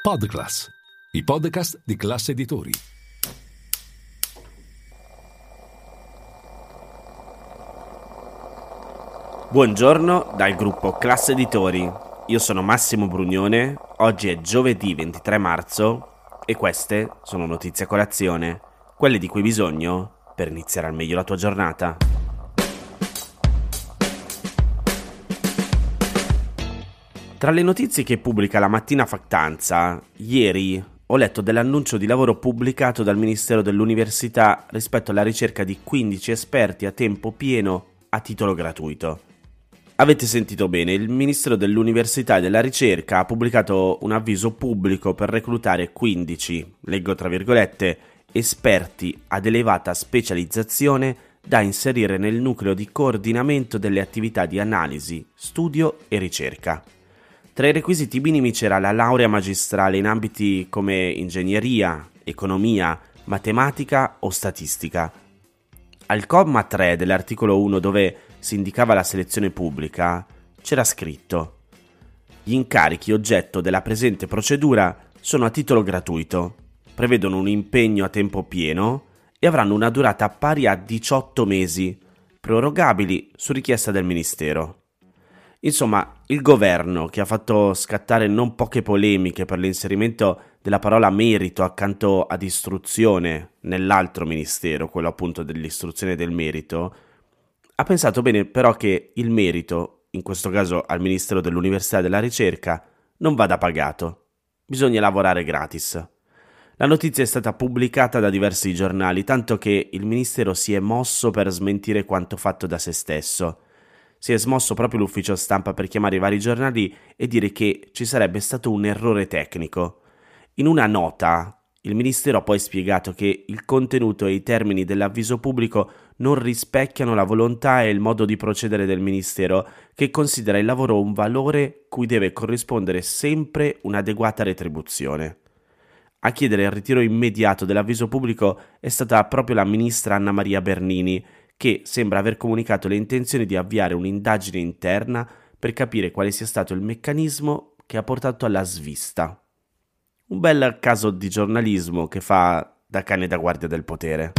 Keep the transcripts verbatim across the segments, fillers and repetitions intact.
Podclass, i podcast di Classe Editori. Buongiorno dal gruppo Classe Editori. Io sono Massimo Brugnone, oggi è giovedì ventitré marzo e queste sono notizie a colazione, quelle di cui hai bisogno per iniziare al meglio la tua giornata. Tra le notizie che pubblica la Mattina Factanza, ieri ho letto dell'annuncio di lavoro pubblicato dal Ministero dell'Università rispetto alla ricerca di quindici esperti a tempo pieno a titolo gratuito. Avete sentito bene, il Ministero dell'Università e della Ricerca ha pubblicato un avviso pubblico per reclutare quindici, leggo tra virgolette, esperti ad elevata specializzazione da inserire nel nucleo di coordinamento delle attività di analisi, studio e ricerca. Tra i requisiti minimi c'era la laurea magistrale in ambiti come ingegneria, economia, matematica o statistica. Al comma tre dell'articolo uno, dove si indicava la selezione pubblica, c'era scritto: gli incarichi oggetto della presente procedura sono a titolo gratuito, prevedono un impegno a tempo pieno e avranno una durata pari a diciotto mesi, prorogabili su richiesta del Ministero. Insomma, il governo, che ha fatto scattare non poche polemiche per l'inserimento della parola merito accanto ad istruzione nell'altro ministero, quello appunto dell'istruzione e del merito, ha pensato bene però che il merito, in questo caso al Ministero dell'Università e della Ricerca, non vada pagato. Bisogna lavorare gratis. La notizia è stata pubblicata da diversi giornali, tanto che il Ministero si è mosso per smentire quanto fatto da se stesso. Si è smosso proprio l'ufficio stampa per chiamare i vari giornali e dire che ci sarebbe stato un errore tecnico. In una nota, il Ministero ha poi spiegato che il contenuto e i termini dell'avviso pubblico non rispecchiano la volontà e il modo di procedere del Ministero, che considera il lavoro un valore cui deve corrispondere sempre un'adeguata retribuzione. A chiedere il ritiro immediato dell'avviso pubblico è stata proprio la ministra Anna Maria Bernini, che sembra aver comunicato le intenzioni di avviare un'indagine interna per capire quale sia stato il meccanismo che ha portato alla svista. Un bel caso di giornalismo che fa da cane da guardia del potere.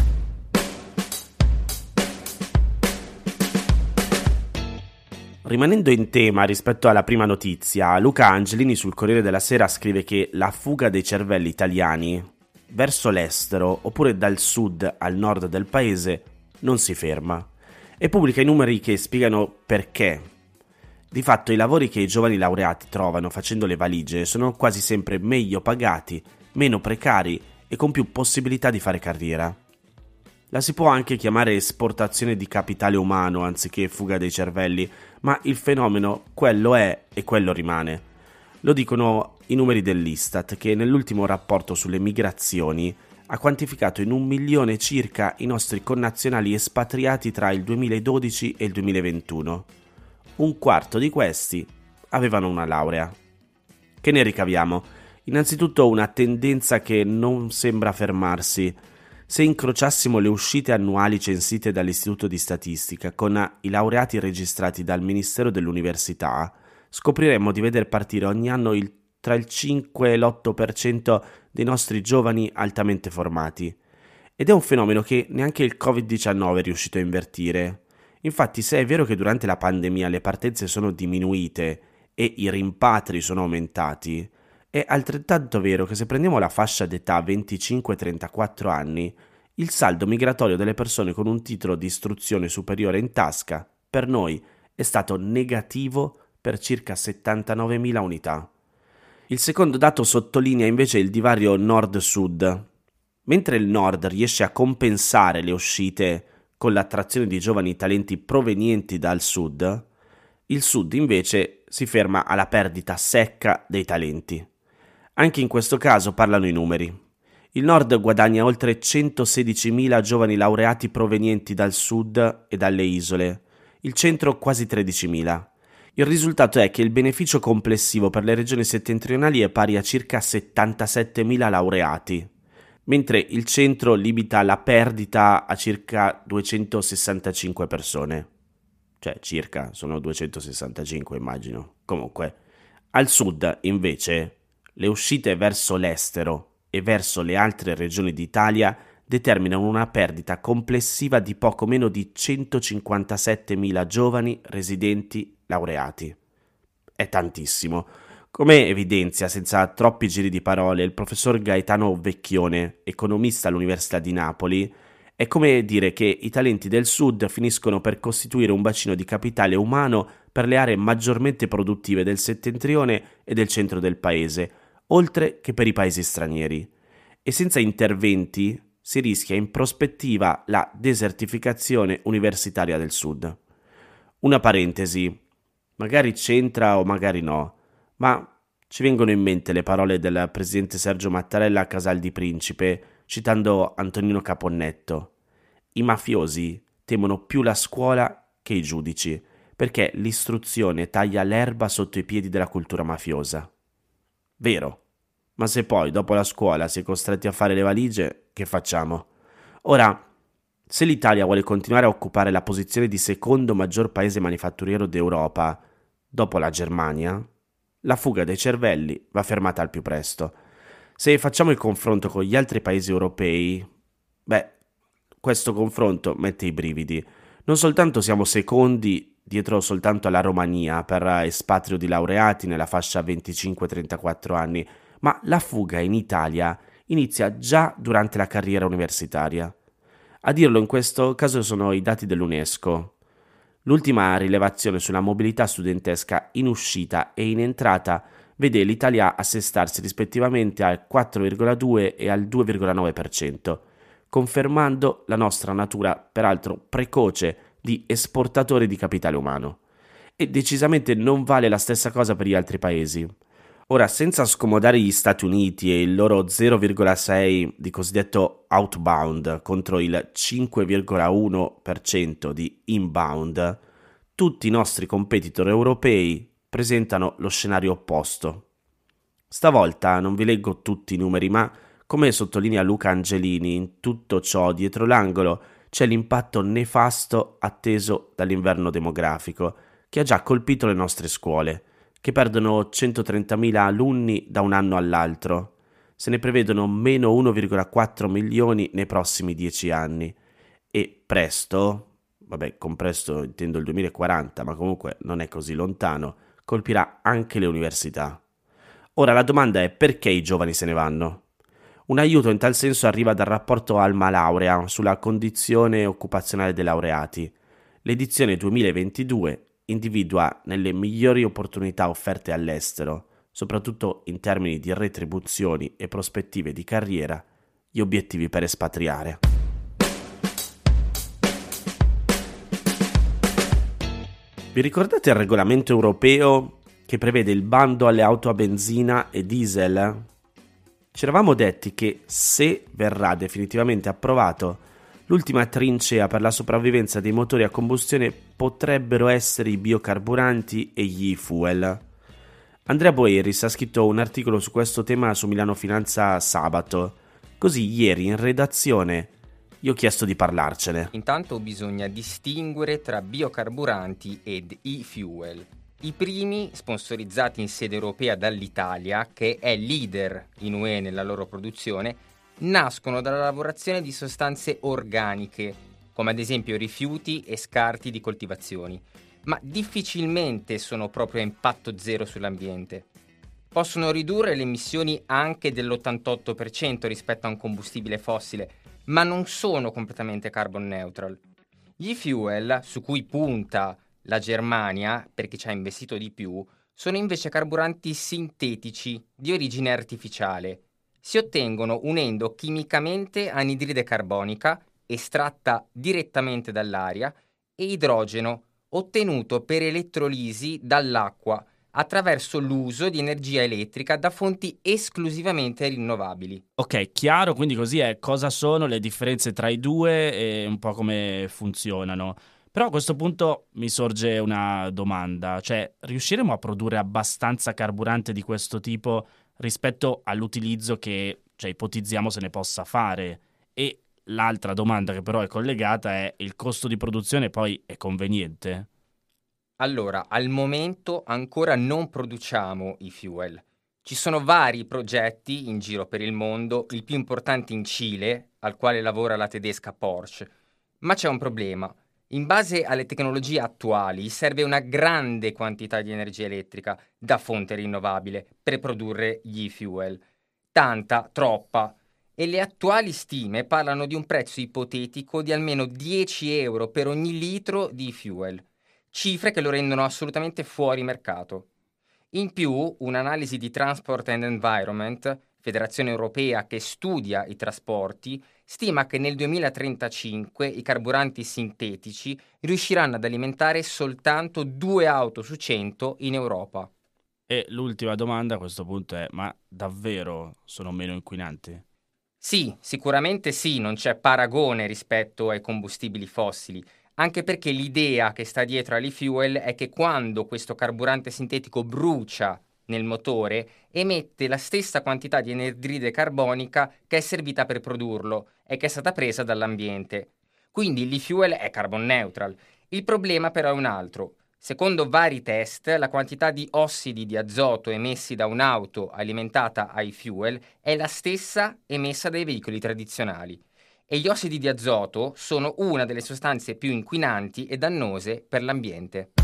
Rimanendo in tema rispetto alla prima notizia, Luca Angelini sul Corriere della Sera scrive che la fuga dei cervelli italiani verso l'estero oppure dal sud al nord del paese non si ferma e pubblica i numeri che spiegano perché. Di fatto i lavori che i giovani laureati trovano facendo le valigie sono quasi sempre meglio pagati, meno precari e con più possibilità di fare carriera. La si può anche chiamare esportazione di capitale umano anziché fuga dei cervelli, ma il fenomeno quello è e quello rimane. Lo dicono i numeri dell'Istat, che nell'ultimo rapporto sulle migrazioni ha quantificato in un milione circa i nostri connazionali espatriati tra il duemiladodici e il duemilaventuno. Un quarto di questi avevano una laurea. Che ne ricaviamo? Innanzitutto una tendenza che non sembra fermarsi. Se incrociassimo le uscite annuali censite dall'Istituto di Statistica con i laureati registrati dal Ministero dell'Università, scopriremmo di veder partire ogni anno il, tra il cinque e l'otto per cento dei nostri giovani altamente formati. Ed è un fenomeno che neanche il covid diciannove è riuscito a invertire. Infatti, se è vero che durante la pandemia le partenze sono diminuite e i rimpatri sono aumentati, è altrettanto vero che se prendiamo la fascia d'età venticinque trentaquattro anni, il saldo migratorio delle persone con un titolo di istruzione superiore in tasca, per noi, è stato negativo per circa settantanovemila unità. Il secondo dato sottolinea invece il divario nord-sud. Mentre il nord riesce a compensare le uscite con l'attrazione di giovani talenti provenienti dal sud, il sud invece si ferma alla perdita secca dei talenti. Anche in questo caso parlano i numeri. Il nord guadagna oltre centosedicimila giovani laureati provenienti dal sud e dalle isole, il centro quasi tredicimila. Il risultato è che il beneficio complessivo per le regioni settentrionali è pari a circa settantasettemila laureati, mentre il centro limita la perdita a circa duecentosessantacinque persone. Cioè, circa, sono duecentosessantacinque immagino. Comunque, al sud, invece, Le uscite verso l'estero e verso le altre regioni d'Italia determinano una perdita complessiva di poco meno di centocinquantasettemila giovani residenti laureati. È tantissimo. Come evidenzia senza troppi giri di parole il professor Gaetano Vecchione, economista all'Università di Napoli, è come dire che i talenti del Sud finiscono per costituire un bacino di capitale umano per le aree maggiormente produttive del settentrione e del centro del paese, oltre che per i paesi stranieri. E senza interventi si rischia in prospettiva la desertificazione universitaria del Sud. Una parentesi, magari c'entra o magari no, ma ci vengono in mente le parole del presidente Sergio Mattarella a Casal di Principe, citando Antonino Caponnetto. I mafiosi temono più la scuola che i giudici, perché l'istruzione taglia l'erba sotto i piedi della cultura mafiosa. Vero, ma se poi dopo la scuola si è costretti a fare le valigie, che facciamo? Ora, se l'Italia vuole continuare a occupare la posizione di secondo maggior paese manifatturiero d'Europa, dopo la Germania, la fuga dei cervelli va fermata al più presto. Se facciamo il confronto con gli altri paesi europei, beh, questo confronto mette i brividi. Non soltanto siamo secondi dietro soltanto alla Romania per espatrio di laureati nella fascia venticinque trentaquattro anni, ma la fuga in Italia inizia già durante la carriera universitaria. A dirlo in questo caso sono i dati dell'UNESCO. L'ultima rilevazione sulla mobilità studentesca in uscita e in entrata vede l'Italia assestarsi rispettivamente al quattro virgola due e al due virgola nove per cento, confermando la nostra natura, peraltro precoce, di esportatori di capitale umano. E decisamente non vale la stessa cosa per gli altri paesi. Ora, senza scomodare gli Stati Uniti e il loro zero virgola sei di cosiddetto outbound contro il cinque virgola uno per cento di inbound, tutti i nostri competitor europei presentano lo scenario opposto. Stavolta non vi leggo tutti i numeri, ma come sottolinea Luca Angelini, in tutto ciò dietro l'angolo c'è l'impatto nefasto atteso dall'inverno demografico che ha già colpito le nostre scuole, che perdono centotrentamila alunni da un anno all'altro. Se ne prevedono meno uno virgola quattro milioni nei prossimi dieci anni. E presto, vabbè, con presto intendo il duemilaquaranta, ma comunque non è così lontano, colpirà anche le università. Ora la domanda è: perché i giovani se ne vanno? Un aiuto in tal senso arriva dal rapporto Alma Laurea sulla condizione occupazionale dei laureati. L'edizione duemilaventidue individua nelle migliori opportunità offerte all'estero, soprattutto in termini di retribuzioni e prospettive di carriera, gli obiettivi per espatriare. Vi ricordate il regolamento europeo che prevede il bando alle auto a benzina e diesel? Ci eravamo detti che se verrà definitivamente approvato, l'ultima trincea per la sopravvivenza dei motori a combustione potrebbero essere i biocarburanti e gli e-fuel. Andrea Boeris ha scritto un articolo su questo tema su Milano Finanza sabato, così ieri in redazione gli ho chiesto di parlarcene. Intanto bisogna distinguere tra biocarburanti ed e-fuel. I primi, sponsorizzati in sede europea dall'Italia, che è leader in U E nella loro produzione, nascono dalla lavorazione di sostanze organiche, come ad esempio rifiuti e scarti di coltivazioni, ma difficilmente sono proprio a impatto zero sull'ambiente. Possono ridurre le emissioni anche dell'ottantotto per cento rispetto a un combustibile fossile, ma non sono completamente carbon neutral. Gli e-fuel, su cui punta la Germania, perché ci ha investito di più, sono invece carburanti sintetici di origine artificiale. Si ottengono unendo chimicamente anidride carbonica, estratta direttamente dall'aria, e idrogeno, ottenuto per elettrolisi dall'acqua, attraverso l'uso di energia elettrica da fonti esclusivamente rinnovabili. Ok, chiaro, quindi così è cosa sono le differenze tra i due e un po' come funzionano. Però a questo punto mi sorge una domanda, cioè riusciremo a produrre abbastanza carburante di questo tipo rispetto all'utilizzo che, cioè, ipotizziamo se ne possa fare? E l'altra domanda che però è collegata è: il costo di produzione poi è conveniente? Allora, al momento ancora non produciamo i fuel. Ci sono vari progetti in giro per il mondo, il più importante in Cile, al quale lavora la tedesca Porsche. Ma c'è un problema. In base alle tecnologie attuali serve una grande quantità di energia elettrica da fonte rinnovabile per produrre gli e-fuel. Tanta, troppa. E le attuali stime parlano di un prezzo ipotetico di almeno dieci euro per ogni litro di e-fuel. Cifre che lo rendono assolutamente fuori mercato. In più, un'analisi di Transport and Environment, federazione europea che studia i trasporti, stima che nel duemilatrentacinque i carburanti sintetici riusciranno ad alimentare soltanto due auto su cento in Europa. E l'ultima domanda a questo punto è: ma davvero sono meno inquinanti? Sì, sicuramente sì, non c'è paragone rispetto ai combustibili fossili, anche perché l'idea che sta dietro all'e-fuel è che quando questo carburante sintetico brucia nel motore emette la stessa quantità di anidride carbonica che è servita per produrlo e che è stata presa dall'ambiente. Quindi l'e-fuel è carbon neutral. Il problema però è un altro. Secondo vari test, la quantità di ossidi di azoto emessi da un'auto alimentata a e-fuel è la stessa emessa dai veicoli tradizionali. E gli ossidi di azoto sono una delle sostanze più inquinanti e dannose per l'ambiente.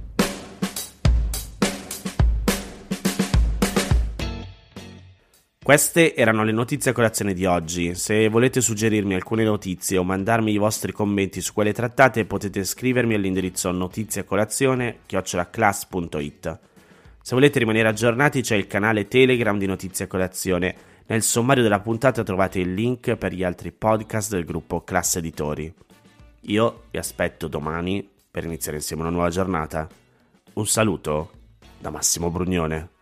Queste erano le notizie a colazione di oggi. Se volete suggerirmi alcune notizie o mandarmi i vostri commenti su quelle trattate, potete scrivermi all'indirizzo notiziacolazione chiocciola class punto it. Se volete rimanere aggiornati c'è il canale Telegram di Notizie a Colazione. Nel sommario della puntata trovate il link per gli altri podcast del gruppo Class Editori. Io vi aspetto domani per iniziare insieme una nuova giornata. Un saluto da Massimo Brugnone.